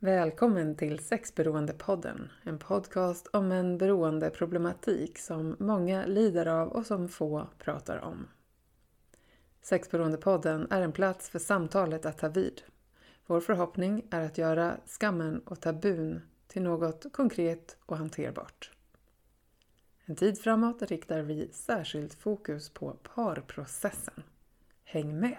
Välkommen till Sexberoendepodden, en podcast om en beroendeproblematik som många lider av och som få pratar om. Sexberoendepodden är en plats för samtalet att ta vid. Vår förhoppning är att göra skammen och tabun till något konkret och hanterbart. En tid framåt riktar vi särskilt fokus på parprocessen. Häng med!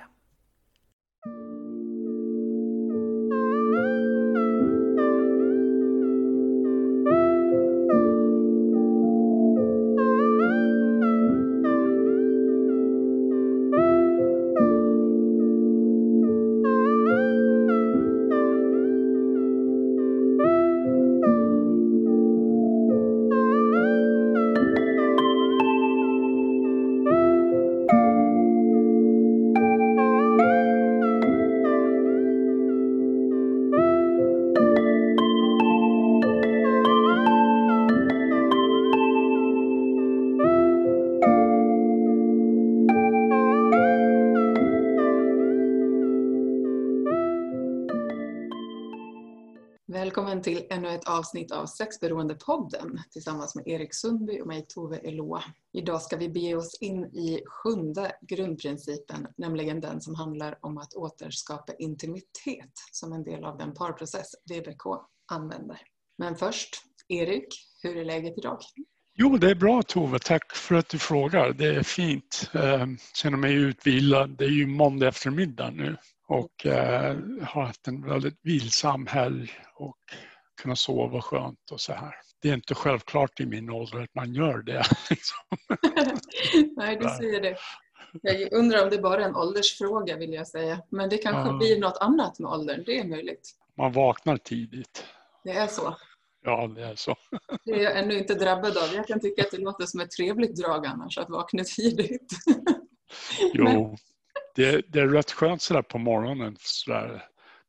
Välkommen till ännu ett avsnitt av Sexberoendepodden tillsammans med Erik Sundby och mig Tove Eloa. Idag ska vi bege oss in i 7:e grundprincipen, nämligen den som handlar om att återskapa intimitet som en del av den parprocess DBK använder. Men först, Erik, hur är läget idag? Jo, det är bra Tove. Tack för att du frågar. Det är fint. Känner mig utvilad. Det är ju måndag eftermiddag nu. Och har haft en väldigt vilsam helg och kunna sova skönt och så här. Det är inte självklart i min ålder att man gör det. Nej, du säger det. Jag undrar om det bara är en åldersfråga vill jag säga. Men det kanske blir något annat med åldern. Det är möjligt. Man vaknar tidigt. Det är så. Ja, det är så. Det är jag ännu inte drabbad av. Jag kan tycka att det låter som ett trevligt drag annars att vakna tidigt. Jo, det är rätt skönt sådär på morgonen. Sådär,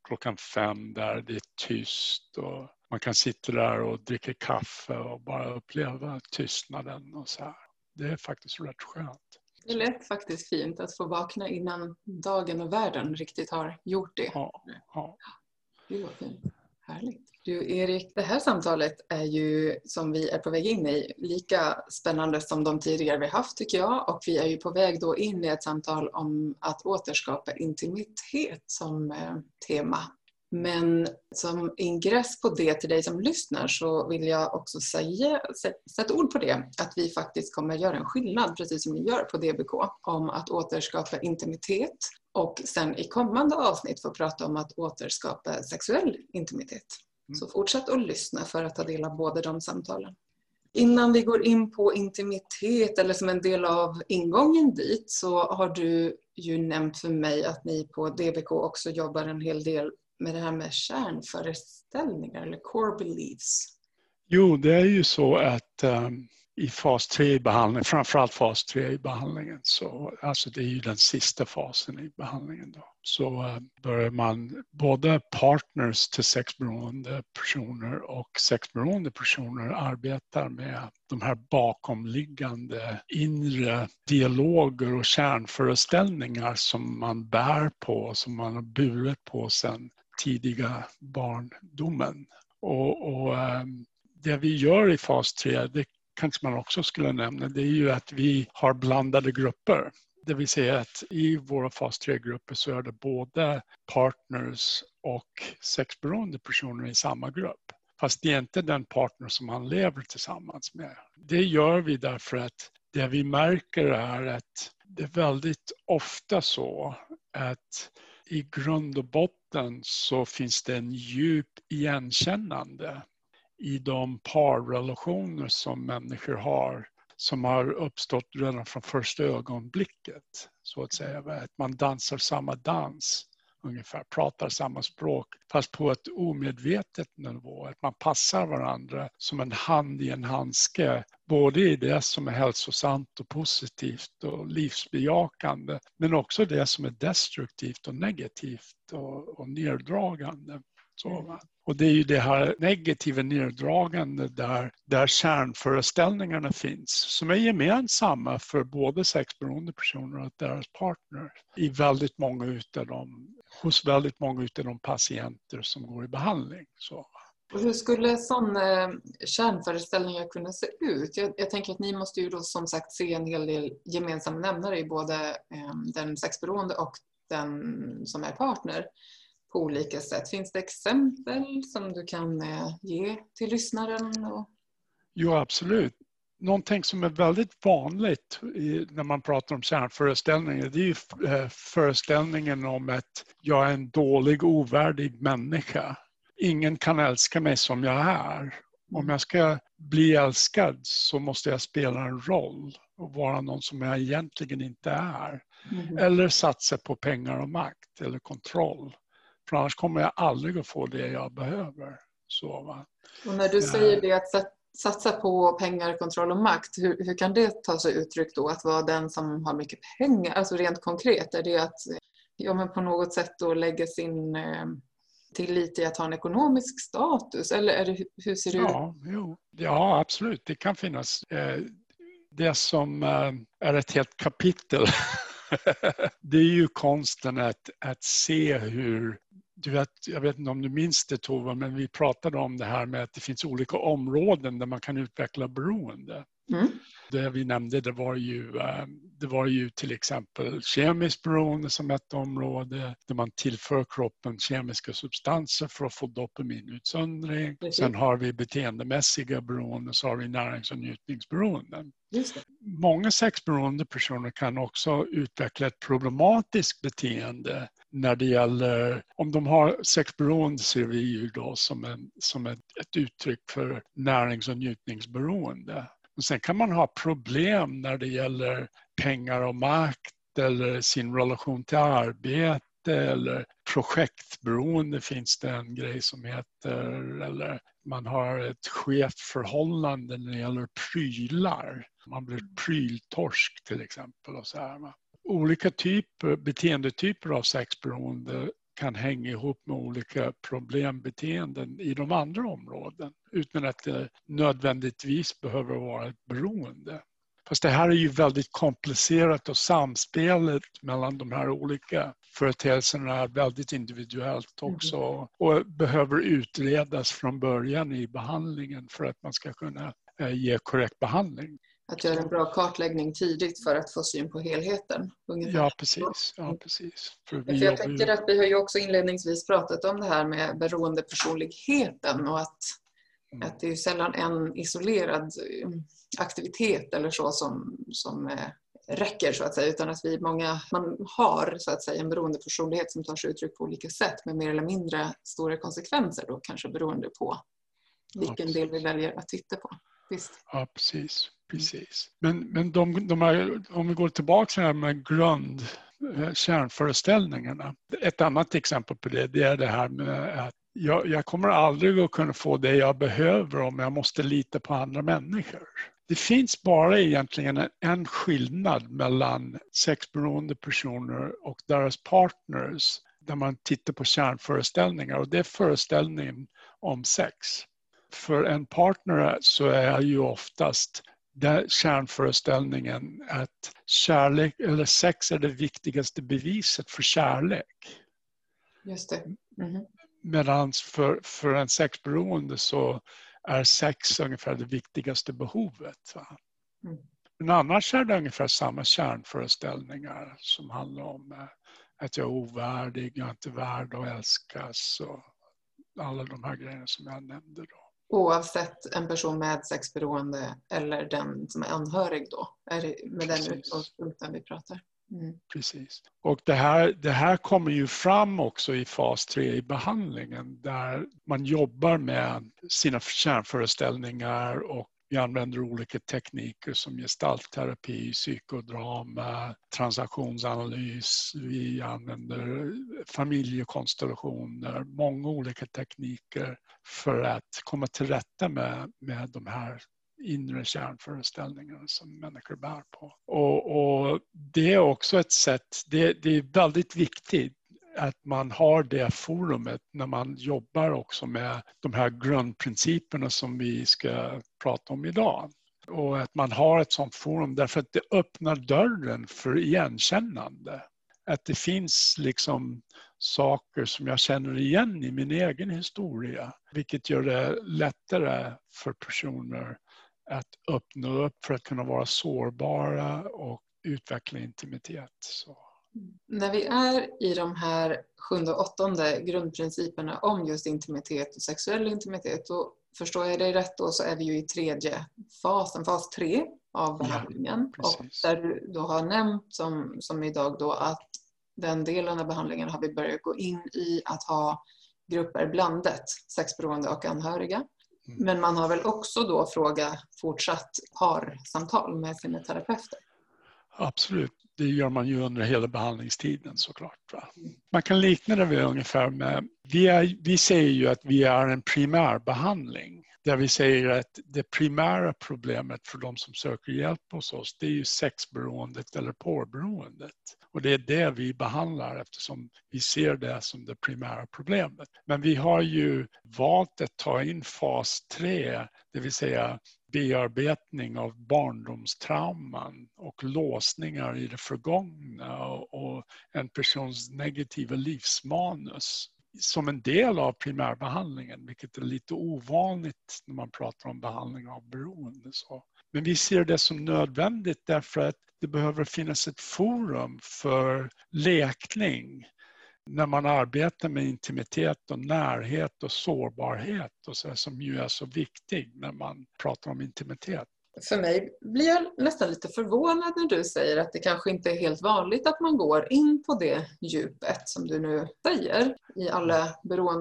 5:00 där det är tyst och man kan sitta där och dricka kaffe och bara uppleva tystnaden och så här. Det är faktiskt rätt skönt. Det lät faktiskt fint att få vakna innan dagen och världen riktigt har gjort det. Ja. Det var fint. Härligt. Du Erik, det här samtalet är ju som vi är på väg in i lika spännande som de tidigare vi haft tycker jag. Och vi är ju på väg då in i ett samtal om att återskapa intimitet som tema. Men som ingress på det till dig som lyssnar så vill jag också sätta ord på det. Att vi faktiskt kommer göra en skillnad, precis som ni gör på DBK, om att återskapa intimitet. Och sen i kommande avsnitt få prata om att återskapa sexuell intimitet. Så fortsätt att lyssna för att ta del av båda de samtalen. Innan vi går in på intimitet eller som en del av ingången dit så har du ju nämnt för mig att ni på DBK också jobbar en hel del med det här med kärnföreställningar eller core beliefs. Jo, det är ju så att i fas 3 i behandlingen, framförallt fas 3 i behandlingen, så alltså det är ju den sista fasen i behandlingen då. Så börjar man både partners till sexberoende personer och sexberoende personer arbetar med de här bakomliggande inre dialoger och kärnföreställningar som man bär på, som man har burit på sedan tidiga barndomen. Och det vi gör i fas 3, det kanske man också skulle nämna, det är ju att vi har blandade grupper. Det vill säga att i våra fas 3-grupper så är det både partners och sexberoende personer i samma grupp. Fast det är inte den partner som man lever tillsammans med. Det gör vi därför att det vi märker är att det är väldigt ofta så att i grund och botten så finns det en djup igenkännande i de parrelationer som människor har som har uppstått redan från första ögonblicket. Så att säga, att man dansar samma dans ungefär, pratar samma språk fast på ett omedvetet nivå. Att man passar varandra som en hand i en handske. Både i det som är hälsosamt och positivt och livsbejakande men också det som är destruktivt och negativt och neddragande. Så, och det är ju det här negativa neddragande där kärnföreställningarna finns som är gemensamma för både sexberoende personer och deras partner i väldigt många utav de hos väldigt många av de patienter som går i behandling. Så. Och hur skulle sån kärnföreställningar kunna se ut? Jag tänker att ni måste ju då som sagt se en hel del gemensamma nämnare i både den sexberoende och den som är partner på olika sätt. Finns det exempel som du kan ge till lyssnaren? Jo, absolut. Någonting som är väldigt vanligt när man pratar om kärnföreställningar, det är ju föreställningen om att jag är en dålig, ovärdig människa. Ingen kan älska mig som jag är. Om jag ska bli älskad så måste jag spela en roll och vara någon som jag egentligen inte är. Eller satsa på pengar och makt eller kontroll. För annars kommer jag aldrig att få det jag behöver. Så, va? Och när du säger det att satsa på pengar, kontroll och makt, hur kan det ta sig uttryck då? Att vara den som har mycket pengar, alltså rent konkret, är det att på något sätt då lägga sin tillit i att ha en ekonomisk status? Eller är det, hur ser det ut? Ja, absolut. Det kan finnas. Det som är ett helt kapitel, det är ju konsten att se hur. Du vet, jag vet inte om du minns det, Tova, men vi pratade om det här med att det finns olika områden där man kan utveckla beroende. Det vi nämnde, det var ju till exempel kemiskt beroende som ett område där man tillför kroppen kemiska substanser för att få dopaminutsöndring. Sen har vi beteendemässiga beroende, så har vi närings- och njutningsberoenden. Många sexberoende personer kan också utveckla ett problematiskt beteende när det gäller, om de har sexberoende ser vi ju då som ett uttryck för närings- och njutningsberoende. Och sen kan man ha problem när det gäller pengar och makt eller sin relation till arbete eller projektberoende finns det en grej som heter, eller man har ett skevt förhållande när det gäller prylar. Man blir pryltorsk till exempel och så här. Olika beteendetyper av sexberoende kan hänga ihop med olika problembeteenden i de andra områden utan att det nödvändigtvis behöver vara ett beroende. Fast det här är ju väldigt komplicerat och samspelet mellan de här olika företeelserna är väldigt individuellt också och behöver utredas från början i behandlingen för att man ska kunna ge korrekt behandling. Att göra en bra kartläggning tidigt för att få syn på helheten. Ungefär. Ja, precis. För jag tänker att vi har ju också inledningsvis pratat om det här med beroendepersonligheten och att det är ju sällan en isolerad aktivitet eller så som räcker så att säga, utan att man har så att säga en beroendepersonlighet som tar sig uttryck på olika sätt med mer eller mindre stora konsekvenser då kanske beroende på vilken del vi väljer att titta på. Visst. Ja, precis. Men de här, om vi går tillbaka till det här med kärnföreställningarna. Ett annat exempel på det är det här med att jag kommer aldrig att kunna få det jag behöver om jag måste lita på andra människor. Det finns bara egentligen en skillnad mellan sexberoende personer och deras partners där man tittar på kärnföreställningar, och det är föreställningen om sex. För en partner så är ju oftast kärnföreställningen att kärlek eller sex är det viktigaste beviset för kärlek. Just det. Medan för en sexberoende så är sex ungefär det viktigaste behovet. Men annars är det ungefär samma kärnföreställningar som handlar om att jag är ovärdig, jag är inte värd att älskas och alla de här grejerna som jag nämnde då. Oavsett en person med sexberoende eller den som är anhörig då? Är det med den utgångspunkten vi pratar? Precis. Och det här kommer ju fram också i fas 3 i behandlingen där man jobbar med sina kärnföreställningar och vi använder olika tekniker som gestaltterapi, psykodrama, transaktionsanalys. Vi använder familjekonstellationer, många olika tekniker för att komma till rätta med de här inre kärnföreställningarna som människor bär på. Och det är också ett sätt, det är väldigt viktigt att man har det forumet när man jobbar också med de här grundprinciperna som vi ska prata om idag. Och att man har ett sådant forum därför att det öppnar dörren för igenkännande. att det finns liksom saker som jag känner igen i min egen historia. Vilket gör det lättare för personer att öppna upp för att kunna vara sårbara och utveckla intimitet. Så. När vi är i de här 7:e och 8:e grundprinciperna om just intimitet och sexuell intimitet, då förstår jag dig rätt då, så är vi ju i 3:e fasen, fas 3 av behandlingen. Ja, och där du då har nämnt som idag då att den delen av behandlingen har vi börjat gå in i att ha grupper blandat, sexberoende och anhöriga. Men man har väl också då fortsatt parsamtal med sina terapeuter? Absolut, det gör man ju under hela behandlingstiden såklart. Va? Man kan likna det vid ungefär med, vi säger ju att vi är en primärbehandling. Där vi säger att det primära problemet för de som söker hjälp hos oss, det är ju sexberoendet eller porrberoendet. Och det är det vi behandlar eftersom vi ser det som det primära problemet. Men vi har ju valt att ta in fas 3, det vill säga bearbetning av barndomstrauman och låsningar i det förgångna och en persons negativa livsmanus som en del av primärbehandlingen, vilket är lite ovanligt när man pratar om behandling av beroende. Men vi ser det som nödvändigt därför att det behöver finnas ett forum för läkning när man arbetar med intimitet och närhet och sårbarhet och så, som ju är så viktig när man pratar om intimitet. För mig blir jag nästan lite förvånad när du säger att det kanske inte är helt vanligt att man går in på det djupet som du nu säger i alla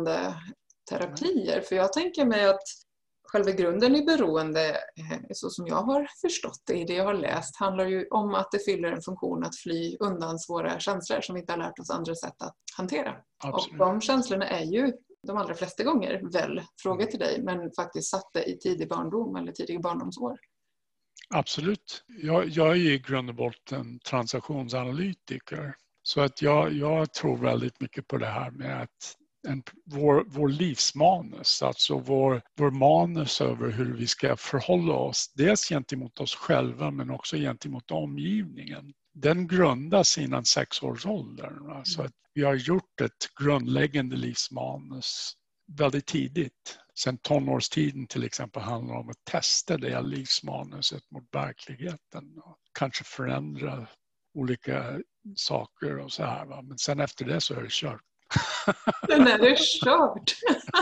beroendeterapier. För jag tänker mig att själva grunden i beroende, så som jag har förstått det i det jag har läst, handlar ju om att det fyller en funktion att fly undan svåra känslor som vi inte har lärt oss andra sätt att hantera. Absolut. Och de känslorna är ju de allra flesta gånger väl, fråga till dig, men faktiskt satta i tidig barndom eller tidiga barndomsår. Absolut. Jag är ju i grund och botten transaktionsanalytiker. Så att jag tror väldigt mycket på det här med att vår livsmanus, alltså vår manus över hur vi ska förhålla oss, dels gentemot oss själva men också gentemot omgivningen. Den grundas innan 6-årsåldern. Så att vi har gjort ett grundläggande livsmanus väldigt tidigt. Sen tonårstiden till exempel handlar om att testa det livsmanuset mot verkligheten och kanske förändra olika saker och så här. Va? Men sen efter det så är det kört. Sen är det kört.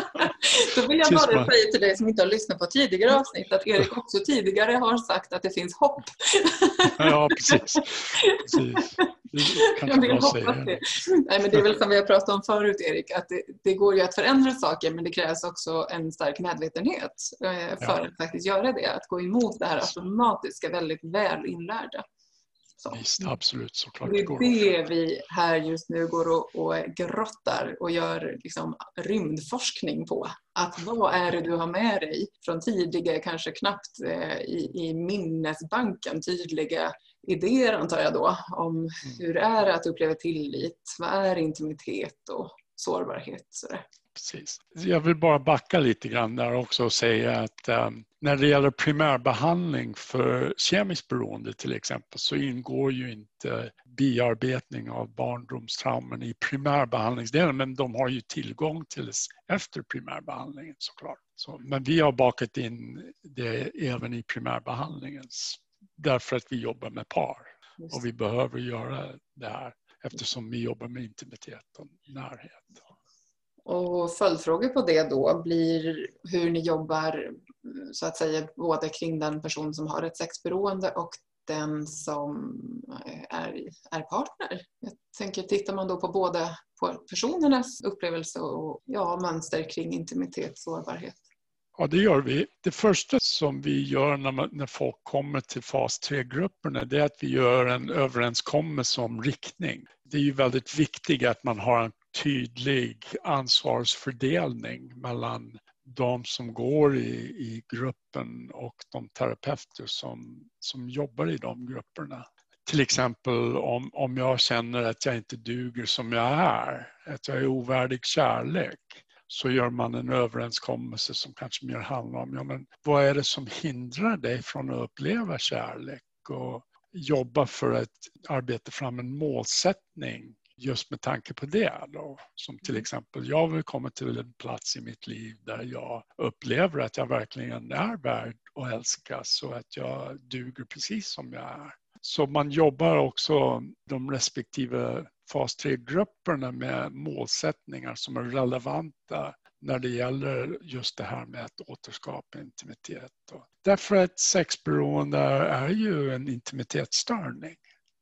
Då vill jag bara säga till dig som inte har lyssnat på tidigare avsnitt att Erik också tidigare har sagt att det finns hopp. Ja, precis. Jag vill hoppas det. Nej, men det är väl som vi har pratat om förut, Erik, att det går ju att förändra saker, men det krävs också en stark medvetenhet för att faktiskt göra det. Att gå emot det här automatiska, väldigt väl inlärda. Så. Visst, absolut, såklart. Det är det vi här just nu går och grottar och gör liksom rymdforskning på. Att vad är det du har med dig från tidigare, kanske knappt i minnesbanken, tydliga idéer antar jag då, om hur är det att uppleva tillit, vad är intimitet och sårbarhet. Sådär. Precis. Jag vill bara backa lite grann där också och säga att när det gäller primärbehandling för kemiskt beroende till exempel så ingår ju inte bearbetning av barndomstrauman i primärbehandlingsdelen, men de har ju tillgång till det efter primärbehandlingen såklart. Men vi har bakat in det även i primärbehandlingen därför att vi jobbar med par och vi behöver göra det här eftersom vi jobbar med intimitet och närhet. Och följdfrågor på det då blir hur ni jobbar så att säga både kring den person som har ett sexberoende och den som är partner. Jag tänker, tittar man då på båda på personernas upplevelse och mönster kring intimitet och sårbarhet? Ja, det gör vi. Det första som vi gör när folk kommer till fas 3-grupperna det är att vi gör en överenskommelse om riktning. Det är ju väldigt viktigt att man har en tydlig ansvarsfördelning mellan de som går i gruppen och de terapeuter som jobbar i de grupperna. Till exempel om jag känner att jag inte duger som jag är, att jag är ovärdig kärlek, så gör man en överenskommelse som kanske mer handlar om men vad är det som hindrar dig från att uppleva kärlek och jobba för att arbeta fram en målsättning just med tanke på det då. Som till exempel, jag vill komma till en plats i mitt liv där jag upplever att jag verkligen är värd att älskas och att jag duger precis som jag är. Så man jobbar också de respektive fas 3-grupperna med målsättningar som är relevanta när det gäller just det här med att återskapa intimitet. Därför att sexberoende är ju en intimitetsstörning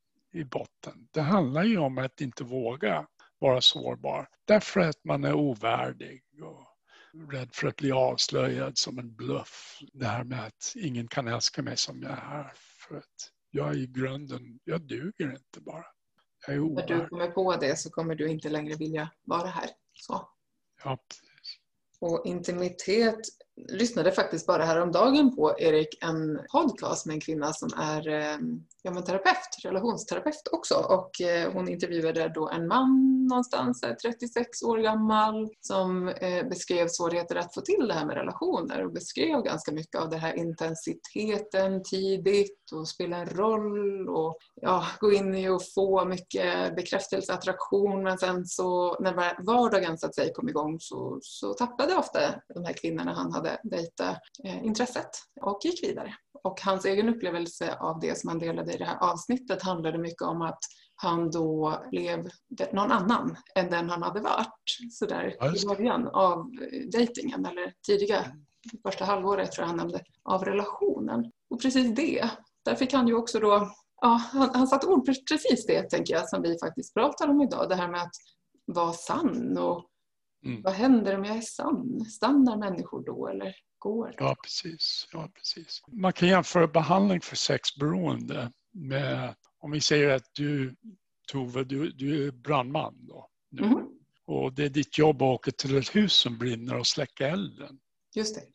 i botten. Det handlar ju om att inte våga vara sårbar. Därför att man är ovärdig och rädd för att bli avslöjad som en bluff. Det här med att ingen kan älska mig som jag är. För att jag är i grunden, jag duger inte bara. Jag är ovärdig. När du kommer på det så kommer du inte längre vilja vara här. Så. Ja, precis. Och intimitet, lyssnade faktiskt bara häromdagen på Erik, en podcast med en kvinna som är terapeut, relationsterapeut också. Och hon intervjuade då en man någonstans, 36 år gammal, som beskrev svårigheter att få till det här med relationer och beskrev ganska mycket av det här intensiteten tidigt och spela en roll och gå in i och få mycket bekräftelse, attraktion, men sen så när vardagen så att säga kom igång så tappade ofta de här kvinnorna han hade dejtat intresset och gick vidare. Och hans egen upplevelse av det som han delade i det här avsnittet handlade mycket om att han då blev någon annan än den han hade varit så där i början av dejtingen eller tidiga första halvåret tror jag han nämnde av relationen. Och precis det, där fick han ju också då, han satte ord på precis det tänker jag som vi faktiskt pratar om idag, det här med att vara sann och vad händer om jag är sann? Stannar människor då eller går det? Ja, precis. Man kan jämföra behandling för sexberoende med, om vi säger att du, Tove, du är brandman då. Och det är ditt jobb att åka till ett hus som brinner och släcka elden. Just det.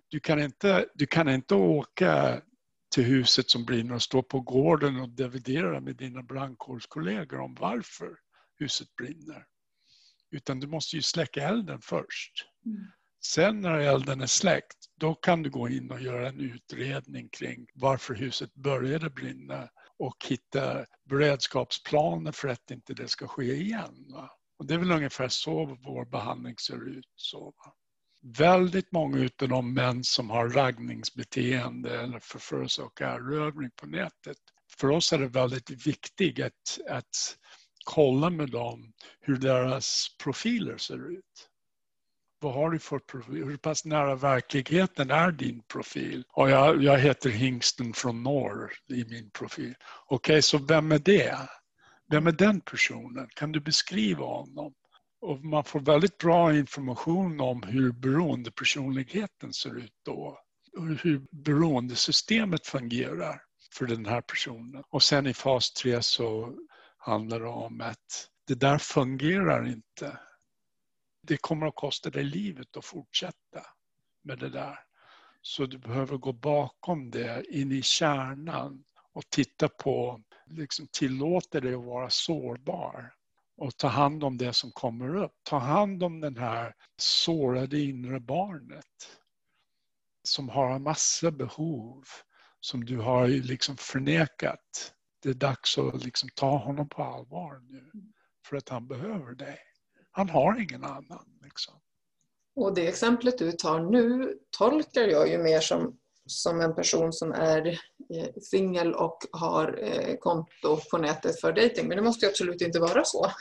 Du kan inte åka till huset som brinner och stå på gården och dividera med dina brandkårskollegor om varför huset brinner. Utan du måste ju släcka elden först. Sen när elden är släckt, då kan du gå in och göra en utredning kring varför huset började brinna och hitta beredskapsplaner för att inte det ska ske igen. Va? Och det är väl ungefär så vår behandling ser ut. Så, va? Väldigt många av de män som har raggningsbeteende eller förförelse och erövring på nätet, för oss är det väldigt viktigt att kolla med dem hur deras profiler ser ut. Vad har du för profil? Hur pass nära verkligheten är din profil? Och jag heter Hingsten från norr i min profil. Okej, så vem är det? Vem är den personen? Kan du beskriva honom? Och man får väldigt bra information om hur beroendepersonligheten ser ut då. Och hur beroendesystemet fungerar för den här personen. Och sen i fas 3 så handlar det om att det där fungerar inte. Det kommer att kosta dig livet att fortsätta med det där. Så du behöver gå bakom det, in i kärnan och titta på, tillåta dig att vara sårbar. Och ta hand om det som kommer upp. Ta hand om den här sårade inre barnet. Som har en massa behov som du har förnekat. Det är dags att ta honom på allvar nu. För att han behöver dig. Han har ingen annan. Och det exemplet du tar nu tolkar jag ju mer som en person som är singel och har konto på nätet för dating. Men det måste ju absolut inte vara så.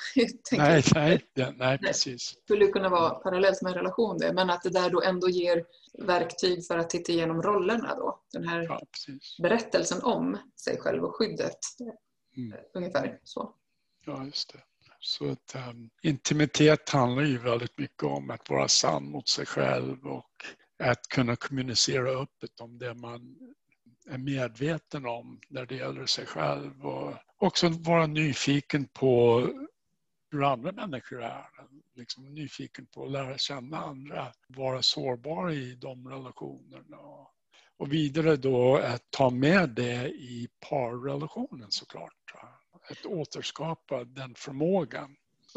Nej, precis. Det skulle kunna vara parallellt med en relation det. Men att det där då ändå ger verktyg för att titta igenom rollerna då. Den här berättelsen om sig själv och skyddet. Ungefär så. Ja, just det. Så att intimitet handlar ju väldigt mycket om att vara sann mot sig själv och att kunna kommunicera öppet om det man är medveten om när det gäller sig själv. Och också vara nyfiken på hur andra människor är. Nyfiken på att lära känna andra. Vara sårbar i de relationerna. Och vidare då att ta med det i parrelationen såklart. Att återskapa den förmågan.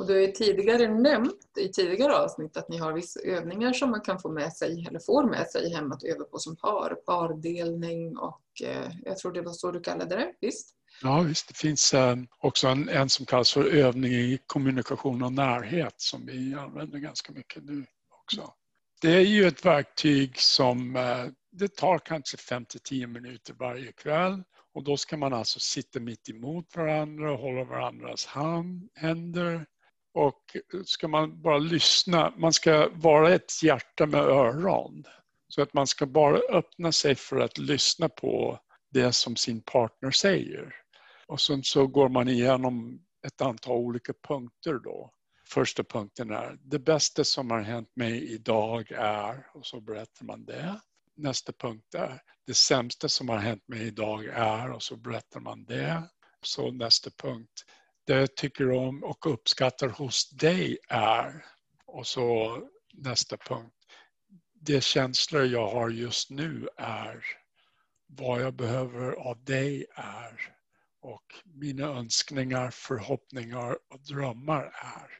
Och du har ju tidigare nämnt i tidigare avsnitt att ni har vissa övningar som man kan få med sig eller får med sig hem att öva på som pardelning och jag tror det var så du kallade det, visst? Ja visst, det finns också en som kallas för övning i kommunikation och närhet som vi använder ganska mycket nu också. Det är ju ett verktyg som det tar kanske 5-10 minuter varje kväll. Och då ska man alltså sitta mitt emot varandra och hålla varandras händer. Och ska man bara lyssna, man ska vara ett hjärta med öron. Så att man ska bara öppna sig för att lyssna på det som sin partner säger. Och sen så går man igenom ett antal olika punkter då. Första punkten är, det bästa som har hänt mig idag är, och så berättar man det. Nästa punkt är, det sämsta som har hänt mig idag är, och så berättar man det. Så nästa punkt, det jag tycker om och uppskattar hos dig är, och så nästa punkt, det känslor jag har just nu är, vad jag behöver av dig är, och mina önskningar, förhoppningar och drömmar är.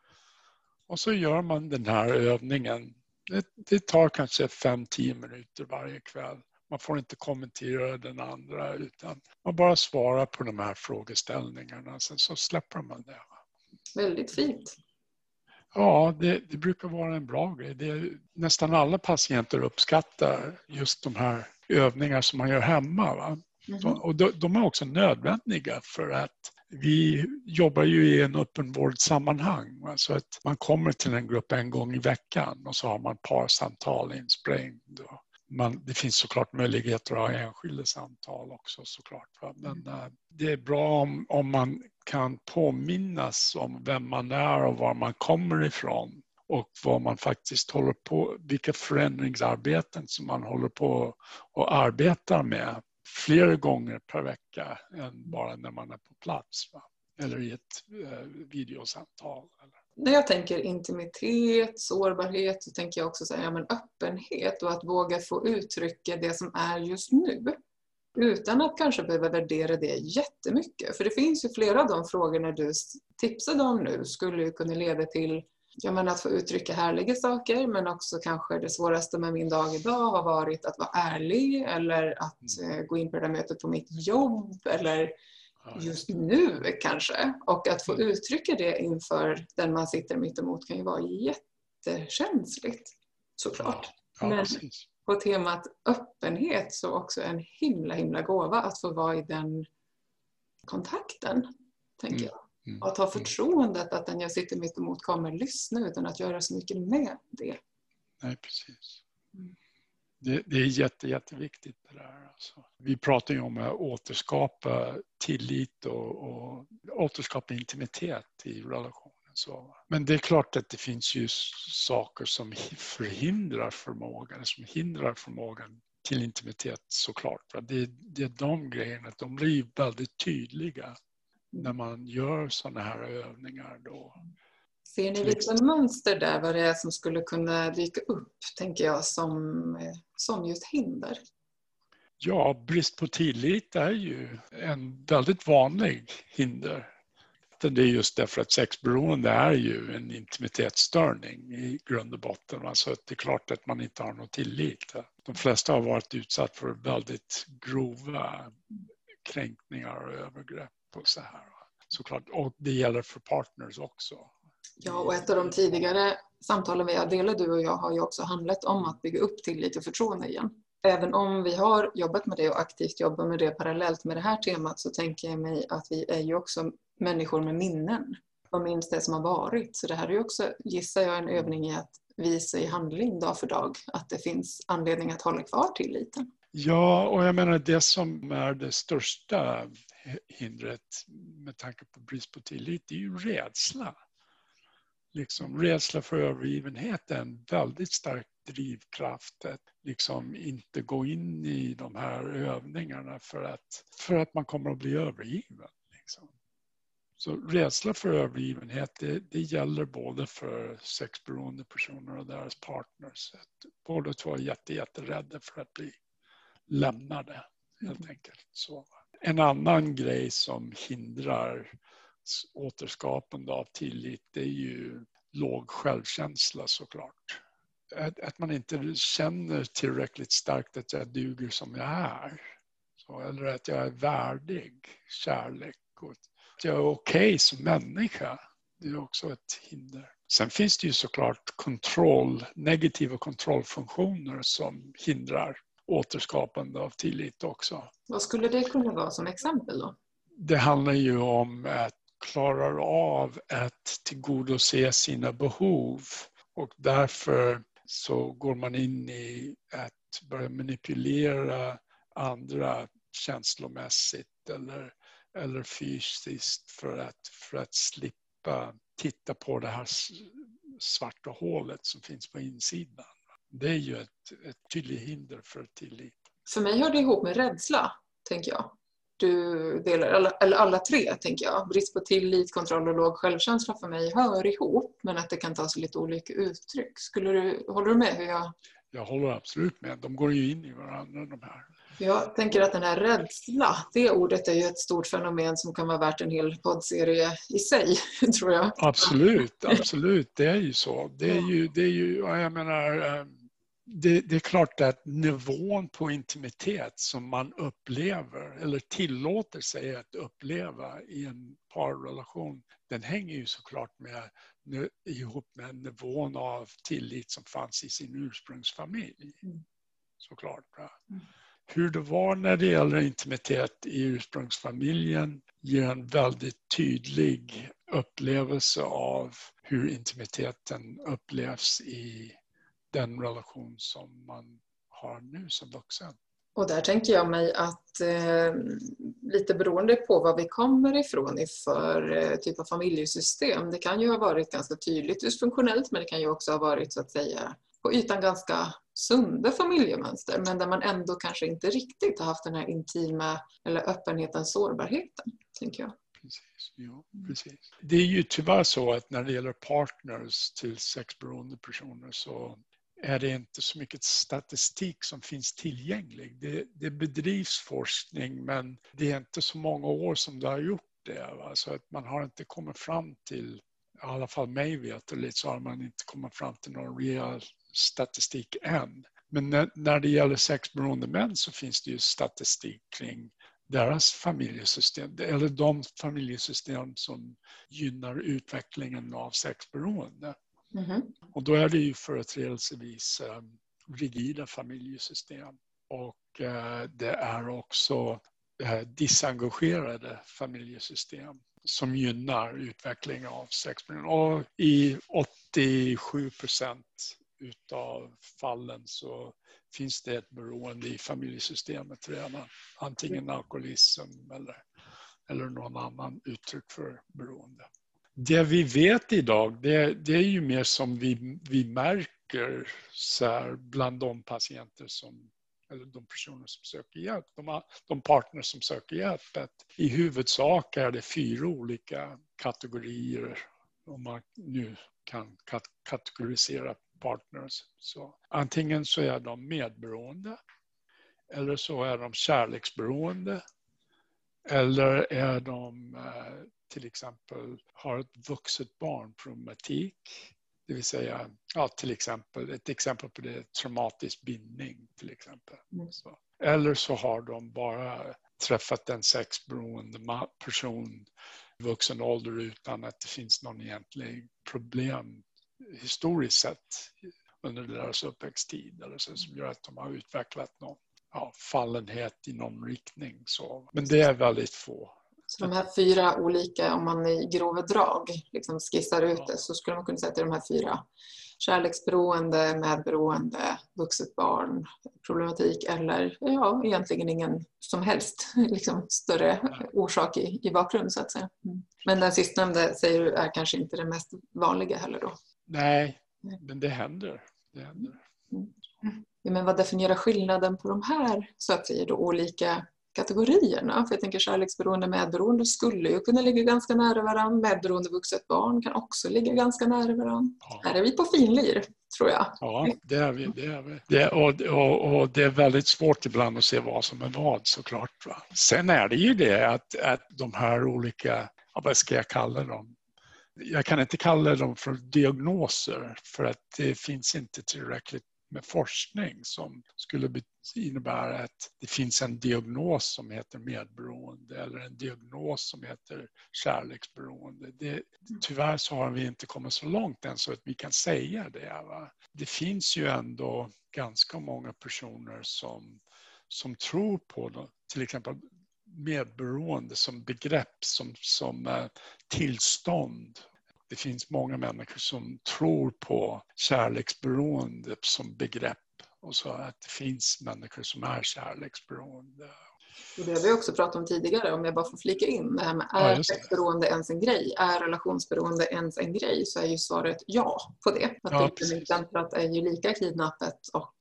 Och så gör man den här övningen. Det tar kanske 5-10 minuter varje kväll. Man får inte kommentera den andra utan man bara svarar på de här frågeställningarna. Sen så släpper man det. Väldigt fint. Ja, det brukar vara en bra grej. Nästan alla patienter uppskattar just de här övningar som man gör hemma. Va? Mm-hmm. Och de är också nödvändiga för att vi jobbar ju i en öppenvårdssammanhang. Så att man kommer till en grupp en gång i veckan och så har man parsamtal insprängd. Det finns såklart möjligheter att ha enskilda samtal också såklart. Va? Men det är bra om man kan påminnas om vem man är och var man kommer ifrån. Och vad man faktiskt håller på, vilka förändringsarbeten som man håller på och arbetar med flera gånger per vecka än bara när man är på plats. Va? Eller i ett videosamtal. Eller. När jag tänker intimitet, sårbarhet så tänker jag också säga men öppenhet och att våga få uttrycka det som är just nu. Utan att kanske behöva värdera det jättemycket. För det finns ju flera av de frågorna du tipsade om nu skulle ju kunna leda till att få uttrycka härliga saker men också kanske det svåraste med min dag idag har varit att vara ärlig eller att gå in på det där mötet på mitt jobb eller just nu kanske. Och att få uttrycka det inför den man sitter mitt emot kan ju vara jättekänsligt såklart. Ja, men på temat öppenhet så också en himla gåva att få vara i den kontakten, tänker jag. Att ha förtroendet att den jag sitter mitt emot kommer lyssna utan att göra så mycket med det. Nej, precis. Det är jätteviktigt det där. Alltså. Vi pratar ju om att återskapa tillit och återskapa intimitet i relationen. Så. Men det är klart att det finns ju saker som hindrar förmågan till intimitet såklart. Det är de grejerna, de blir ju väldigt tydliga när man gör sådana här övningar då. Ser ni vissa mönster där vad det är som skulle kunna dyka upp, tänker jag, som just hinder? Ja, brist på tillit är ju en väldigt vanlig hinder. Det är just därför att sexberoende är ju en intimitetsstörning i grund och botten. Alltså det är klart att man inte har någon tillit. De flesta har varit utsatt för väldigt grova kränkningar och övergrepp och så här. Såklart. Och det gäller för partners också. Ja, och ett av de tidigare samtalen vi har delat, du och jag, har ju också handlat om att bygga upp tillit och förtroende igen. Även om vi har jobbat med det och aktivt jobbar med det parallellt med det här temat så tänker jag mig att vi är ju också människor med minnen. Och minns det som har varit. Så det här är ju också, gissar jag, en övning i att visa i handling dag för dag att det finns anledning att hålla kvar tilliten. Ja, och jag menar det som är det största hindret med tanke på brist på tillit är ju rädsla. Rädsla för övergivenhet är en väldigt stark drivkraft att inte gå in i de här övningarna för att man kommer att bli övergiven. Så rädsla för övergivenhet det gäller både för sexberoende personer och deras partners. Båda två är jätterädda för att bli lämnade helt enkelt. Så. En annan grej som hindrar återskapande av tillit, det är ju låg självkänsla såklart. Att man inte känner tillräckligt starkt att jag duger som jag är. Eller att jag är värdig kärlek och att jag är okej som människa. Det är också ett hinder. Sen finns det ju såklart negativa kontrollfunktioner som hindrar återskapande av tillit också. Vad skulle det kunna vara som exempel då? Det handlar ju om att klara av att tillgodose sina behov och därför så går man in i att börja manipulera andra känslomässigt eller fysiskt för att slippa titta på det här svarta hålet som finns på insidan. Det är ju ett tydligt hinder för tillit. För mig hör det ihop med rädsla, tänker jag. Du delar, eller alla tre, tänker jag. Brist på tillit, kontroll och låg självkänsla för mig hör ihop, men att det kan ta sig lite olika uttryck. Håller du med hur jag... Jag håller absolut med. De går ju in i varandra, de här. Jag tänker att den här rädsla, det ordet är ju ett stort fenomen som kan vara värt en hel poddserie i sig, tror jag. Absolut. Det är ju så. Det är ju jag menar, det är klart att nivån på intimitet som man upplever eller tillåter sig att uppleva i en parrelation, den hänger ju såklart ihop med nivån av tillit som fanns i sin ursprungsfamilj. Såklart. Hur det var när det gäller intimitet i ursprungsfamiljen ger en väldigt tydlig upplevelse av hur intimiteten upplevs i den relation som man har nu som vuxen. Och där tänker jag mig att lite beroende på var vi kommer ifrån för typ av familjesystem. Det kan ju ha varit ganska tydligt dysfunktionellt, men det kan ju också ha varit så att säga på ytan ganska sunda familjemönster, men där man ändå kanske inte riktigt har haft den här intima eller öppenheten, sårbarheten, tänker jag. Precis, ja, precis. Det är ju tyvärr så att när det gäller partners till sexberoende personer så är det inte så mycket statistik som finns tillgänglig. Det bedrivs forskning, men det är inte så många år som det har gjort det. Alltså att man har inte kommit fram till, i alla fall mig veterligt, så har man inte kommit fram till någon rejäl statistik än. Men när det gäller sexberoende män så finns det ju statistik kring deras familjesystem, eller de familjesystem som gynnar utvecklingen av sexberoende. Mm-hmm. Och då är det ju företrädelsevis rigida familjesystem. Och det är också disengagerade familjesystem som gynnar utvecklingen av sexberoende. Och i 87% utav fallen så finns det ett beroende i familjesystemet redan. Antingen alkoholism eller någon annan uttryck för beroende. Det vi vet idag, det är ju mer som vi märker så här, bland de patienter eller de personer som söker hjälp, de partners som söker hjälp. Att i huvudsak är det 4 olika kategorier, om man nu kan kategorisera partners. Så antingen så är de medberoende, eller så är de kärleksberoende, eller är de till exempel har ett vuxet barnproblematik. Det vill säga, till exempel, ett exempel på det är traumatisk bindning till exempel. Så. Eller så har de bara träffat en sexberoende person i vuxen ålder utan att det finns någon egentlig problem historiskt sett under deras uppväxttid. Eller så, som gör att de har utvecklat någon fallenhet i någon riktning. Så. Men det är väldigt få. Så de här 4 olika, om man i grova drag liksom skissar ut det, så skulle man kunna säga att det är de här 4. Kärleksberoende, medberoende, vuxet barn, problematik eller egentligen ingen som helst liksom, större orsak i bakgrund så att säga. Men den sistnämnda säger du är kanske inte det mest vanliga heller då? Nej, men det händer. Ja, men vad definierar skillnaden på de här så att säga då olika kategorierna? För jag tänker kärleksberoende och medberoende skulle ju kunna ligga ganska nära varandra. Medberoende vuxet barn kan också ligga ganska nära varandra. Ja. Här är vi på finlir, tror jag. Ja, det är vi. Och det är väldigt svårt ibland att se vad som är vad, såklart. Va? Sen är det ju det att de här olika vad ska jag kalla dem? Jag kan inte kalla dem för diagnoser för att det finns inte tillräckligt med forskning som skulle innebära att det finns en diagnos som heter medberoende eller en diagnos som heter kärleksberoende. Tyvärr så har vi inte kommit så långt än så att vi kan säga det. Va? Det finns ju ändå ganska många personer som tror på till exempel medberoende som begrepp, som tillstånd. Det finns många människor som tror på kärleksberoende som begrepp och så att det finns människor som är kärleksberoende. Och det har vi också pratat om tidigare, om jag bara får flika in det här med är sexberoende ens en grej, är relationsberoende ens en grej, så är ju svaret ja på det. Att det är ju lika kidnappet och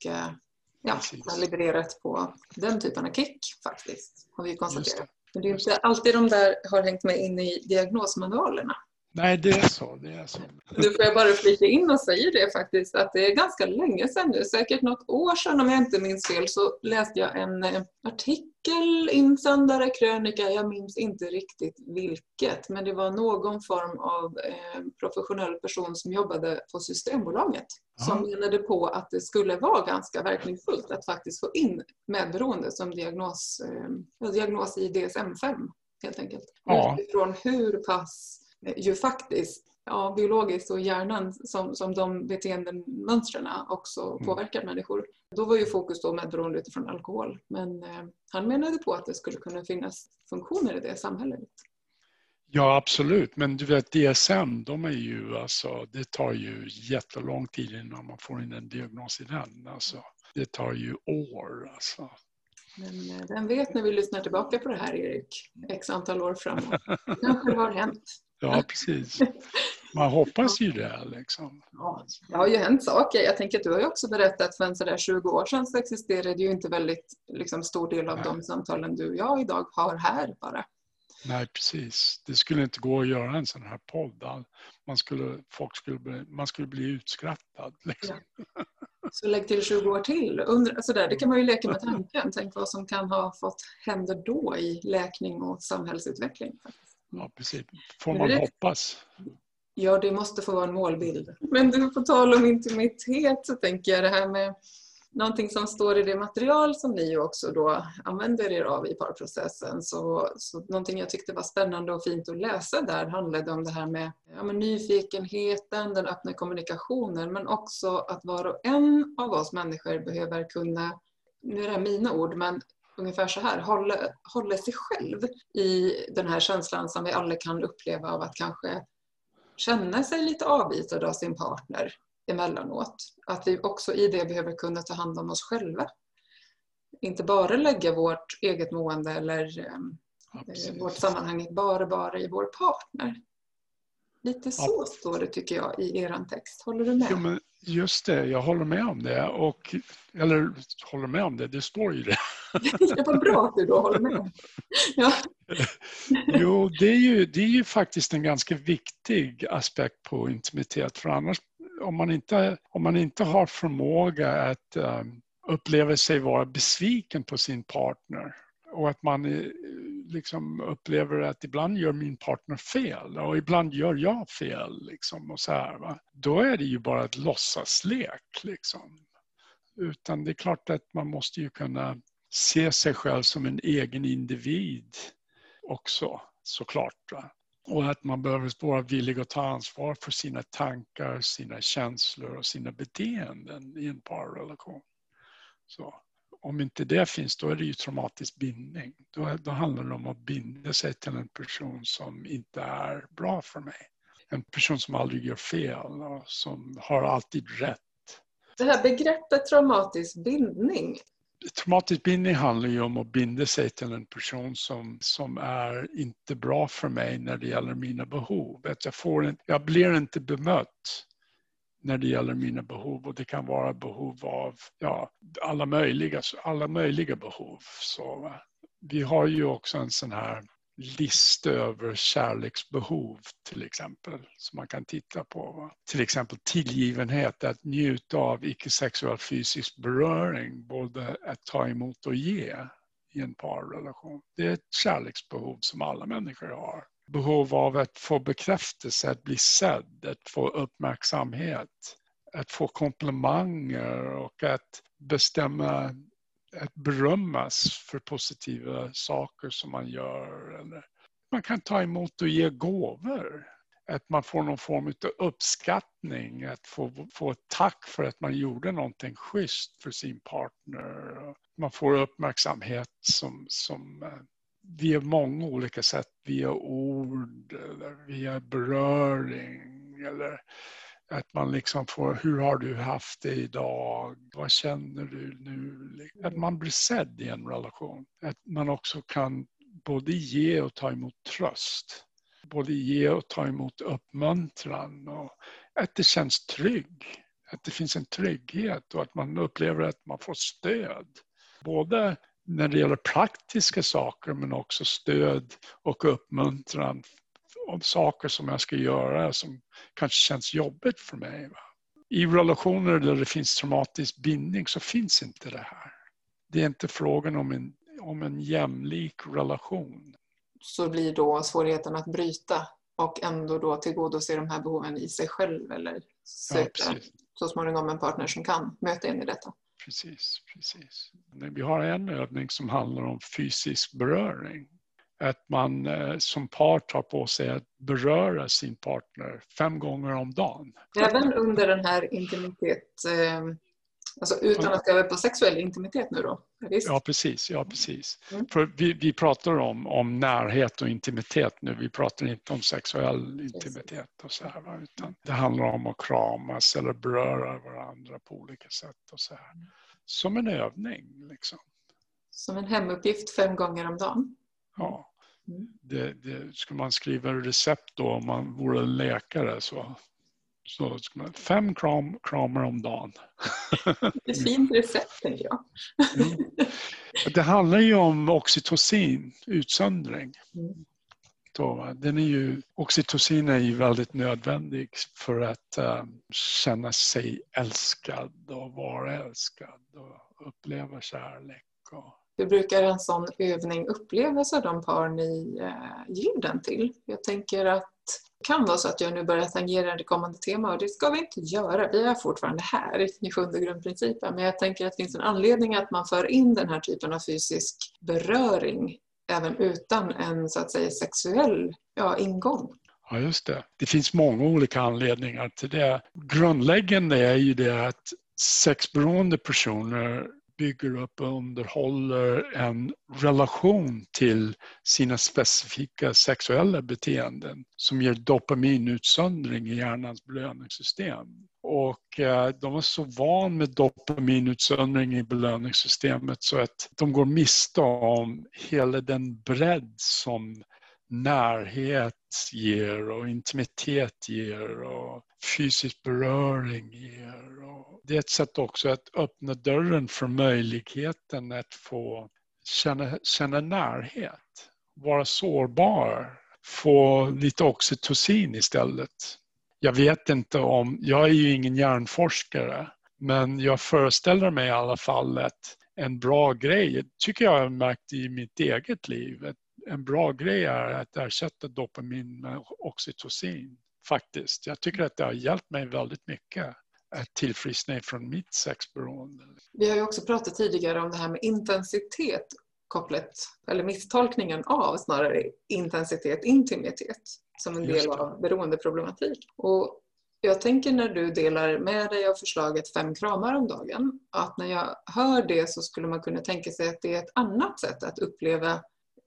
levererat på den typen av kick faktiskt, har vi konstaterat. Men det är inte alltid de där har hängt med in i diagnosmanualerna. Nej, det är så. Nu får jag bara flika in och säga det faktiskt, att det är ganska länge sedan nu, säkert något år sedan om jag inte minns fel, så läste jag en artikel, insändare, krönika, jag minns inte riktigt vilket, men det var någon form av professionell person som jobbade på Systembolaget som menade på att det skulle vara ganska verkningsfullt att faktiskt få in medberoende som diagnos i DSM-5 helt enkelt. Utifrån hur pass ju faktiskt biologiskt och hjärnan som de beteendenmönstren också påverkar människor. Då var ju fokus då medberoende utifrån alkohol. Men han menade på att det skulle kunna finnas funktioner i det samhället. Ja, absolut. Men du vet, DSM, det tar ju jättelång tid innan man får in en diagnos i den. Alltså, det tar ju år. Alltså. Men den vet när vi lyssnar tillbaka på det här, Erik, x antal år framåt. Det kanske har hänt. Ja, precis. Man hoppas ju det. Liksom. Ja, det har ju hänt saker. Jag tänker att du har ju också berättat för en sådär 20 år sedan så existerade ju inte väldigt stor del av de samtalen du och jag idag har här bara. Nej, precis. Det skulle inte gå att göra en sån här podd. Man skulle bli utskrattad. Liksom. Ja. Så lägg till 20 år till. Det kan man ju leka med tanken. Tänk vad som kan ha fått hända då i läkning och samhällsutveckling. Ja, precis. Får man hoppas. Ja, det måste få vara en målbild. Men du får tala om intimitet så tänker jag det här med någonting som står i det material som ni också då använder er av i parprocessen. Så någonting jag tyckte var spännande och fint att läsa där handlade om det här med nyfikenheten, den öppna kommunikationen, men också att var och en av oss människor behöver kunna, nu är det här mina ord, men ungefär så här, hålla sig själv i den här känslan som vi alla kan uppleva av att kanske känna sig lite avvisad av sin partner emellanåt. Att vi också i det behöver kunna ta hand om oss själva. Inte bara lägga vårt eget mående eller vårt sammanhang bara i vår partner. Lite så står det tycker jag i er text. Håller du med? Jo, men just det, jag håller med om det. Håller med om det, det står ju det. Det var bra att du då håller med. Ja. Jo, det är ju faktiskt en ganska viktig aspekt på intimitet. För annars, om man inte har förmåga att uppleva sig vara besviken på sin partner och att man liksom upplever att ibland gör min partner fel och ibland gör jag fel liksom, och så här, va? Då är det ju bara ett låtsaslek liksom. Utan det är klart att man måste ju kunna se sig själv som en egen individ också, såklart. Va? Och att man behöver vara villig att ta ansvar för sina tankar, sina känslor och sina beteenden i en parrelation. Så om inte det finns, då är det ju traumatisk bindning. Då handlar det om att binda sig till en person som inte är bra för mig. En person som aldrig gör fel och som har alltid rätt. Det här begreppet traumatisk bindning. Traumatisk bindning handlar ju om att binda sig till en person som är inte bra för mig när det gäller mina behov. Jag blir inte bemött när det gäller mina behov, och det kan vara behov av alla möjliga behov. Så, vi har ju också en sån här lista över kärleksbehov till exempel som man kan titta på. Till exempel tillgivenhet, att njuta av icke-sexuell fysisk beröring, både att ta emot och ge i en parrelation. Det är ett kärleksbehov som alla människor har. behov av att få bekräftelse, att bli sedd, att få uppmärksamhet, att få komplimanger och att bestämma, att berömmas för positiva saker som man gör. Eller man kan ta emot och ge gåvor. Att man får någon form av uppskattning, att få ett tack för att man gjorde någonting schysst för sin partner. Man får uppmärksamhet som via många olika sätt, via ord eller via beröring eller att man liksom får, hur har du haft det idag? Vad känner du nu? Att man blir sedd i en relation. Att man också kan både ge och ta emot tröst. Både ge och ta emot uppmuntran. Och att det känns trygg. Att det finns en trygghet och att man upplever att man får stöd. Både när det gäller praktiska saker men också stöd och uppmuntran om saker som jag ska göra som kanske känns jobbigt för mig. I relationer där det finns traumatisk bindning så finns inte det här. Det är inte frågan om en jämlik relation. Så blir då svårigheten att bryta och ändå då tillgodose de här behoven i sig själv eller söka så småningom en partner som kan möta in i detta. Precis. Vi har en övning som handlar om fysisk beröring. Att man som par tar på sig att beröra sin partner 5 gånger om dagen. Även under den här intimitet, alltså utan att gå över på sexuell intimitet nu då? Ja, precis. För vi pratar om närhet och intimitet nu. Vi pratar inte om sexuell intimitet och så här. Utan det handlar om att kramas eller beröra varandra på olika sätt och så här. Som en övning liksom. Som en hemuppgift 5 gånger om dagen? Ja. Det skulle man skriva recept då om man vore en läkare så skulle man 5 kramar om dagen. Det är fint recept tänker jag. Det handlar ju om oxytocin, utsöndring. Oxytocin är ju väldigt nödvändig för att känna sig älskad och vara älskad och uppleva kärlek. Hur brukar en sån övning upplevas av de par ni ger den till? Jag tänker att det kan vara så att jag nu börjar tangera det kommande tema och det ska vi inte göra. Vi är fortfarande här i 7:e grundprincipen. Men jag tänker att det finns en anledning att man för in den här typen av fysisk beröring även utan en så att säga sexuell ingång. Ja, just det. Det finns många olika anledningar till det. Grundläggande är ju det att sexberoende personer bygger upp och underhåller en relation till sina specifika sexuella beteenden som ger dopaminutsöndring i hjärnans belöningssystem. Och de är så van med dopaminutsöndring i belöningssystemet så att de går miste om hela den bredd som närhet ger och intimitet ger och fysisk beröring ger. Och det är ett sätt också att öppna dörren för möjligheten att få känna närhet, vara sårbar, få lite oxytocin istället. Jag vet inte jag är ju ingen hjärnforskare, men jag föreställer mig i alla fall att en bra grej, tycker jag har märkt i mitt eget liv, en bra grej är att ersätta dopamin med oxytocin. Faktiskt. Jag tycker att det har hjälpt mig väldigt mycket att tillfriskna från mitt sexberoende. Vi har ju också pratat tidigare om det här med intensitet kopplat, eller misstolkningen av snarare intensitet, intimitet som en del av beroendeproblematik. Och jag tänker när du delar med dig av förslaget 5 kramar om dagen, att när jag hör det så skulle man kunna tänka sig att det är ett annat sätt att uppleva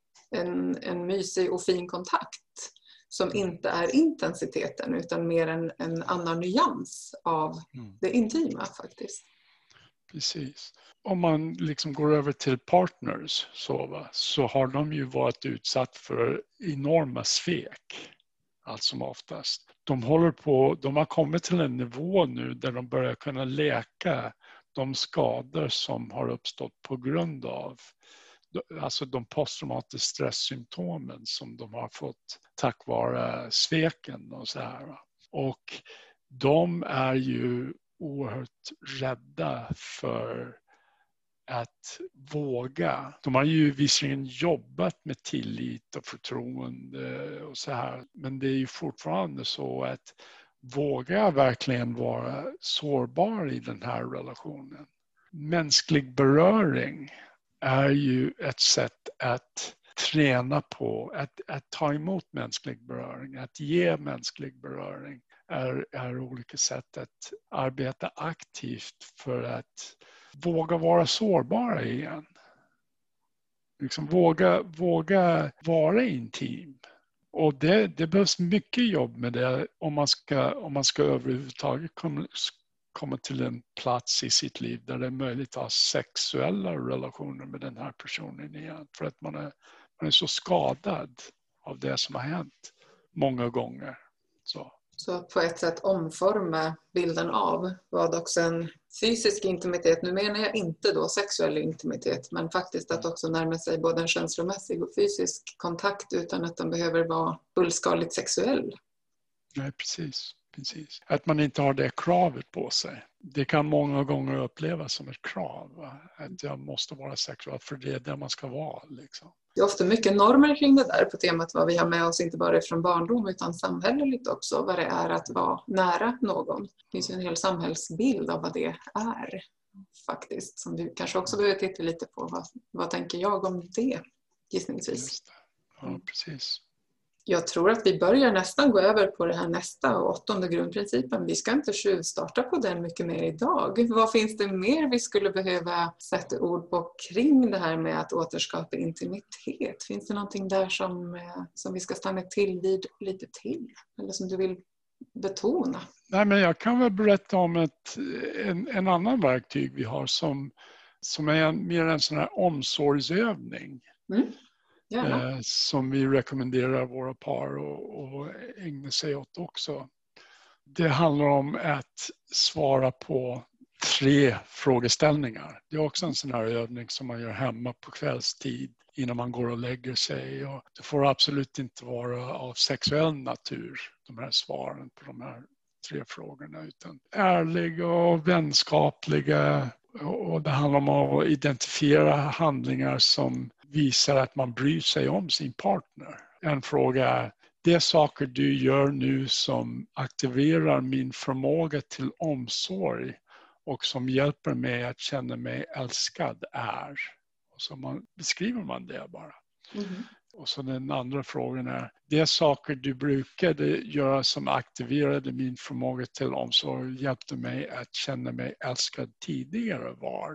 en mysig och fin kontakt som inte är intensiteten utan mer en annan nyans av det intima faktiskt. Precis. Om man liksom går över till partners så har de ju varit utsatt för enorma svek allt som oftast. De har kommit till en nivå nu där de börjar kunna läka de skador som har uppstått på grund av alltså de posttraumatiska stresssymptomen som de har fått tack vare sveken och så här. Och de är ju oerhört rädda för att våga. De har ju visserligen jobbat med tillit och förtroende och så här. Men det är ju fortfarande så att våga verkligen vara sårbar i den här relationen. Mänsklig beröring är ju ett sätt att träna på, att ta emot mänsklig beröring, att ge mänsklig beröring är olika sätt att arbeta aktivt för att våga vara sårbara igen. Liksom våga vara intim. Och det behövs mycket jobb med det om man ska överhuvudtaget komma till en plats i sitt liv där det är möjligt att ha sexuella relationer med den här personen igen. För att man är så skadad av det som har hänt många gånger. Så på ett sätt omforma bilden av vad också en fysisk intimitet, nu menar jag inte då sexuell intimitet, men faktiskt att också närma sig både en känslomässig och fysisk kontakt utan att den behöver vara fullskaligt sexuell. Nej, precis. Att man inte har det kravet på sig. Det kan många gånger upplevas som ett krav. Va? Att jag måste vara sexuell för det är där man ska vara. Liksom. Det är ofta mycket normer kring det där på temat vad vi har med oss, inte bara från barndom utan samhälleligt också. Vad det är att vara nära någon. Det finns ju en hel samhällsbild av vad det är faktiskt. Som vi kanske också behöver titta lite på. Vad tänker jag om det gissningsvis? Just det. Ja, precis. Jag tror att vi börjar nästan gå över på det här nästa och 8:e grundprincipen. Vi ska inte tjuvstarta på den mycket mer idag. Vad finns det mer vi skulle behöva sätta ord på kring det här med att återskapa intimitet? Finns det någonting där som vi ska stanna till vid lite till? Eller som du vill betona? Nej, men jag kan väl berätta om en annan verktyg vi har som är mer en sån här omsorgsövning. Som vi rekommenderar våra par att ägna sig åt också. Det handlar om att svara på 3 frågeställningar. Det är också en sån här övning som man gör hemma på kvällstid innan man går och lägger sig. Och det får absolut inte vara av sexuell natur, de här svaren på de här 3 frågorna, utan ärliga och vänskapliga. Och det handlar om att identifiera handlingar som visar att man bryr sig om sin partner. En fråga är, det saker du gör nu som aktiverar min förmåga till omsorg och som hjälper mig att känna mig älskad är. Och så beskriver man det bara. Mm. Och så den andra frågan är, det saker du brukade göra som aktiverade min förmåga till omsorg hjälpte mig att känna mig älskad tidigare var.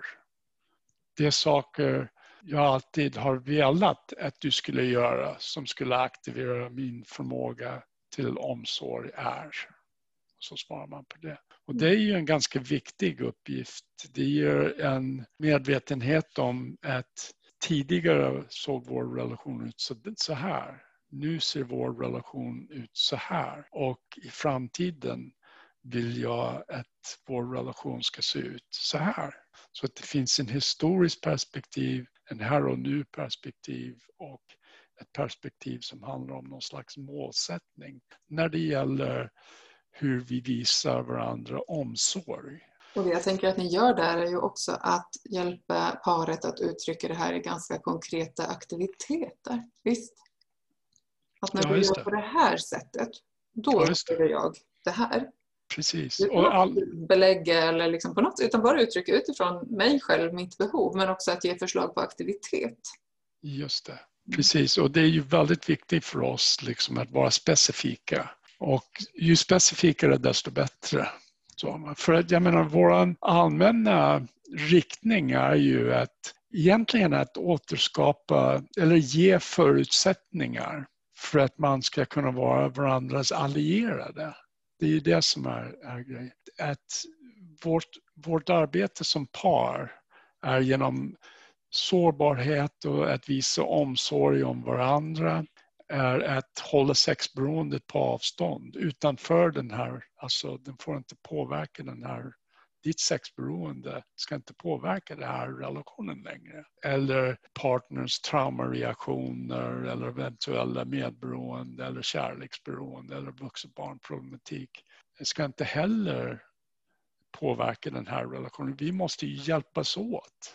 Det saker jag alltid har velat att du skulle göra som skulle aktivera min förmåga till omsorg är. Så svarar man på det. Och det är ju en ganska viktig uppgift. Det ger en medvetenhet om att tidigare såg vår relation ut så här. Nu ser vår relation ut så här. Och i framtiden vill jag att vår relation ska se ut så här. Så att det finns en historisk perspektiv, en här och nu perspektiv och ett perspektiv som handlar om någon slags målsättning när det gäller hur vi visar varandra omsorg. Och det jag tänker att ni gör där är ju också att hjälpa paret att uttrycka det här i ganska konkreta aktiviteter. Visst? Att när du gör på det här sättet, då upplever jag det här. Precis. Och belägga eller liksom på något, utan bara uttrycka utifrån mig själv, mitt behov, men också att ge förslag på aktivitet. Just det, precis. Och det är ju väldigt viktigt för oss liksom att vara specifika. Och ju specifikare desto bättre. Så, för att jag menar, vår allmänna riktning är ju att egentligen att återskapa eller ge förutsättningar för att man ska kunna vara varandras allierade. Det är ju det som är grejen. Att vårt arbete som par är genom sårbarhet och att visa omsorg om varandra är att hålla sexberoendet på avstånd utanför den här, alltså den får inte påverka den här, ditt sexberoende ska inte påverka den här relationen längre. Eller partners traumareaktioner eller eventuella medberoende eller kärleksberoende eller vuxenbarnproblematik. Det ska inte heller påverka den här relationen. Vi måste ju hjälpas åt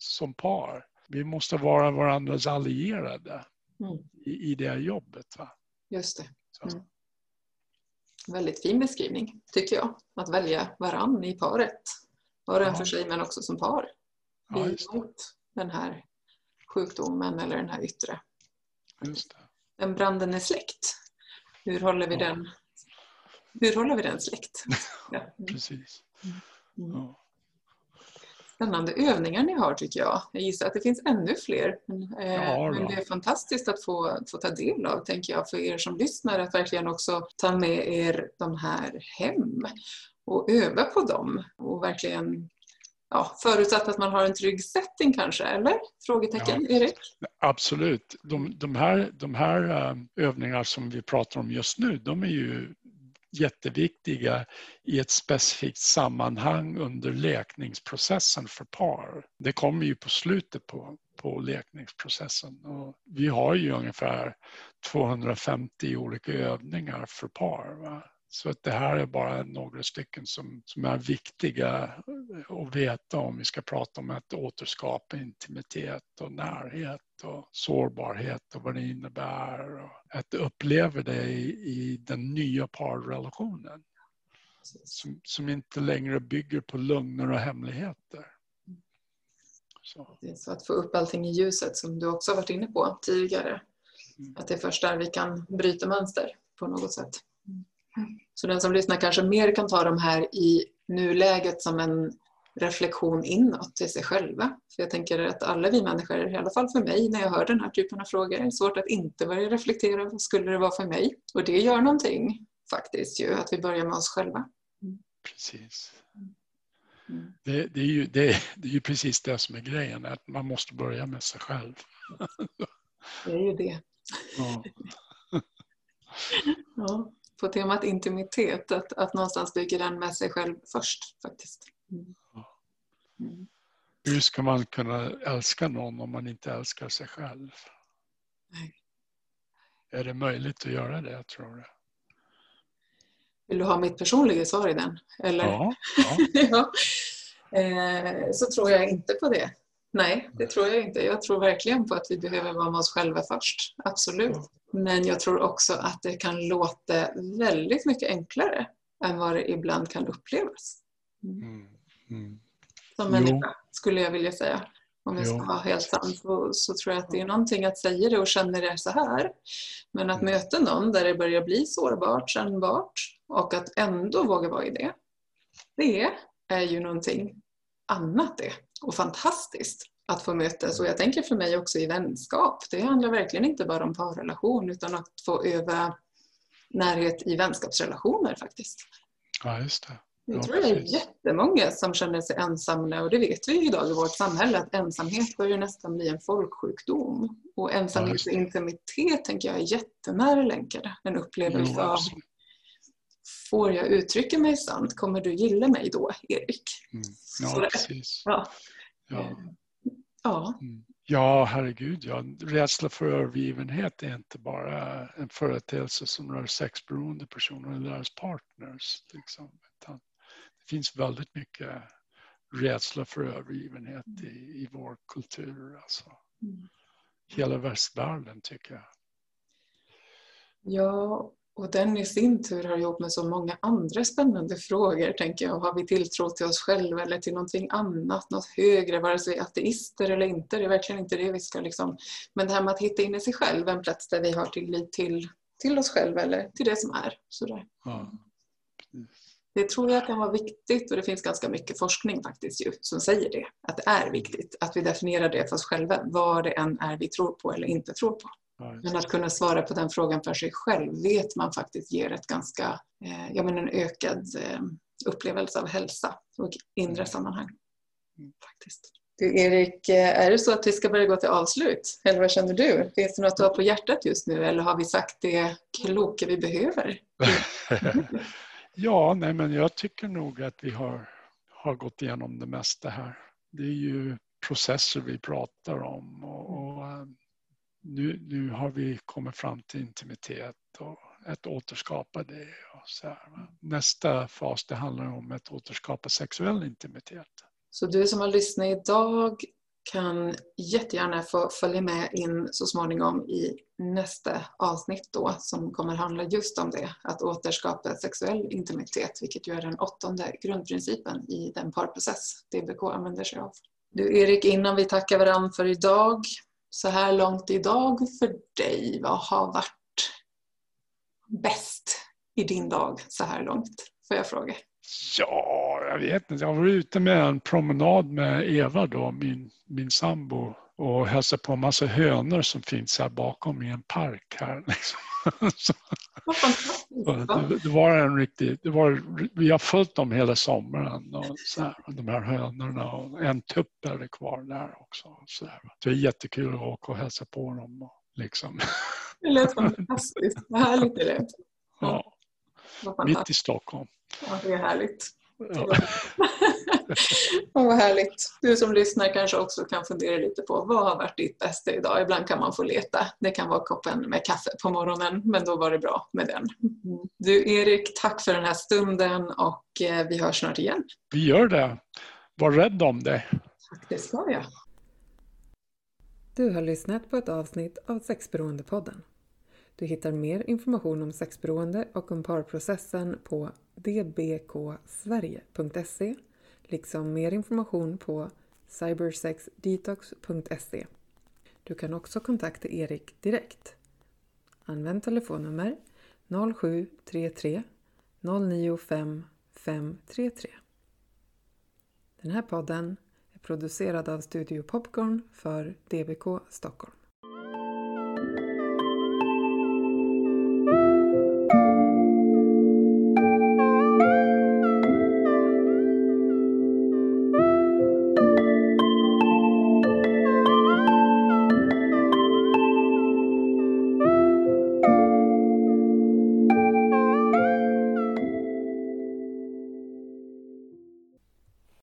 som par. Vi måste vara varandras allierade i det jobbet. Va? Just det. Väldigt fin beskrivning, tycker jag. Att välja varann i paret. Var och en för sig, men också som par. Mot den här sjukdomen eller den här yttre. Just det. Den branden är släckt. Hur håller vi den släckt? Ja. Precis. Ja. Spännande övningar ni har, tycker jag. Jag gissar att det finns ännu fler. Men det är fantastiskt att få ta del av, tänker jag, för er som lyssnar. Att verkligen också ta med er de här hem och öva på dem. Och verkligen, förutsatt att man har en trygg setting kanske, eller? Frågetecken, Erik? Absolut. De här övningar som vi pratar om just nu, de är ju jätteviktiga i ett specifikt sammanhang under läkningsprocessen för par. Det kommer ju på slutet på läkningsprocessen. Och vi har ju ungefär 250 olika övningar för par. Va? Så att det här är bara några stycken som är viktiga att veta om vi ska prata om att återskapa intimitet och närhet och sårbarhet och vad det innebär. Och att uppleva det i den nya parrelationen som inte längre bygger på lögner och hemligheter. Så att få upp allting i ljuset som du också har varit inne på tidigare. Att det är först där vi kan bryta mönster på något sätt. Så den som lyssnar kanske mer kan ta de här i nuläget som en reflektion inåt till sig själva. För jag tänker att alla vi människor, i alla fall för mig när jag hör den här typen av frågor, är svårt att inte börja reflektera. Vad skulle det vara för mig? Och det gör någonting faktiskt ju, att vi börjar med oss själva. Precis. Det är ju precis det som är grejen, att man måste börja med sig själv. Det är ju det. Ja. På temat intimitet, att någonstans bygga den med sig själv först faktiskt. Hur ska man kunna älska någon om man inte älskar sig själv? Nej. Är det möjligt att göra det, tror du? Vill du ha mitt personliga svar i den? Eller? Ja. Så tror jag inte på det. Nej, det tror jag inte. Jag tror verkligen på att vi behöver vara med oss själva först. Absolut. Men jag tror också att det kan låta väldigt mycket enklare än vad det ibland kan upplevas. Som människa, skulle jag vilja säga. Om jag ska vara helt sann så tror jag att det är någonting att säga det och känna det så här. Men att möta någon där det börjar bli sårbart, kännbart och att ändå våga vara i det. Det är ju någonting annat det. Och fantastiskt att få mötas. Och jag tänker för mig också i vänskap. Det handlar verkligen inte bara om parrelation utan att få öva närhet i vänskapsrelationer faktiskt. Ja, just det. Jag tror det är jättemånga som känner sig ensamma och det vet vi idag i vårt samhälle att ensamhet börjar nästan bli en folksjukdom. Och ensamhet och intimitet tänker jag är jättenära länkade. En upplevelse av får jag uttrycka mig sant? Kommer du gilla mig då, Erik? Ja, precis. Ja. Ja, herregud. Ja. Rädsla för övergivenhet är inte bara en företeelse som rör sexberoende personer eller deras partners. Liksom. Det finns väldigt mycket rädsla för övergivenhet i vår kultur. Alltså. Hela västvärlden, tycker jag. Ja, och den i sin tur har ihop med så många andra spännande frågor, tänker jag. Har vi tilltro till oss själva eller till någonting annat, något högre, vare sig ateister eller inte? Det är verkligen inte det vi ska liksom... Men det här med att hitta in i sig själv, en plats där vi har tillit till oss själva eller till det som är. Sådär. Ja. Det tror jag kan vara viktigt och det finns ganska mycket forskning faktiskt ju, som säger det. Att det är viktigt att vi definierar det för oss själva, vad det än är vi tror på eller inte tror på. Men att kunna svara på den frågan för sig själv vet man faktiskt ger ett ganska, en ökad upplevelse av hälsa och inre sammanhang. Faktiskt. Du Erik, är det så att vi ska börja gå till avslut? Eller vad känner du? Finns det något du har på hjärtat just nu eller har vi sagt det kloka vi behöver? Ja, nej, men jag tycker nog att vi har gått igenom det mesta här. Det är ju processer vi pratar om och nu har vi kommit fram till intimitet och att återskapa det. Och så här. Nästa fas det handlar om att återskapa sexuell intimitet. Så du som har lyssnat idag kan jättegärna få följa med in så småningom i nästa avsnitt då, som kommer handla just om det, att återskapa sexuell intimitet, vilket ju är den 8:e grundprincipen i den parprocess DBK använder sig av. Du Erik, innan vi tackar varandra för idag, så här långt idag för dig, vad har varit bäst i din dag så här långt? Får jag fråga? Ja, jag vet inte. Jag var ute med en promenad med Eva då, min sambo, och hälsade på en massa hönor som finns här bakom i en park här. Liksom. Det var en riktig, vi har följt dem hela sommaren och så här, de här hönorna, och en tupp är det kvar där också. Så här. Det är jättekul att åka och hälsa på dem. Och liksom. Det lät fantastiskt. Vad härligt det lät. Ja. Mitt i Stockholm. Ja, det är härligt. Ja. Vad härligt. Du som lyssnar kanske också kan fundera lite på vad har varit ditt bästa idag. Ibland kan man få leta. Det kan vara koppen med kaffe på morgonen, men då var det bra med den. Du Erik, tack för den här stunden och vi hörs snart igen. Vi gör det. Var rädd om dig. Tack, det ska jag. Du har lyssnat på ett avsnitt av Sexberoendepodden. Du hittar mer information om sexberoende och om parprocessen på dbksverige.se, liksom mer information på cybersexdetox.se. Du kan också kontakta Erik direkt. Använd telefonnummer 0733 095 533. Den här podden är producerad av Studio Popcorn för DBK Stockholm.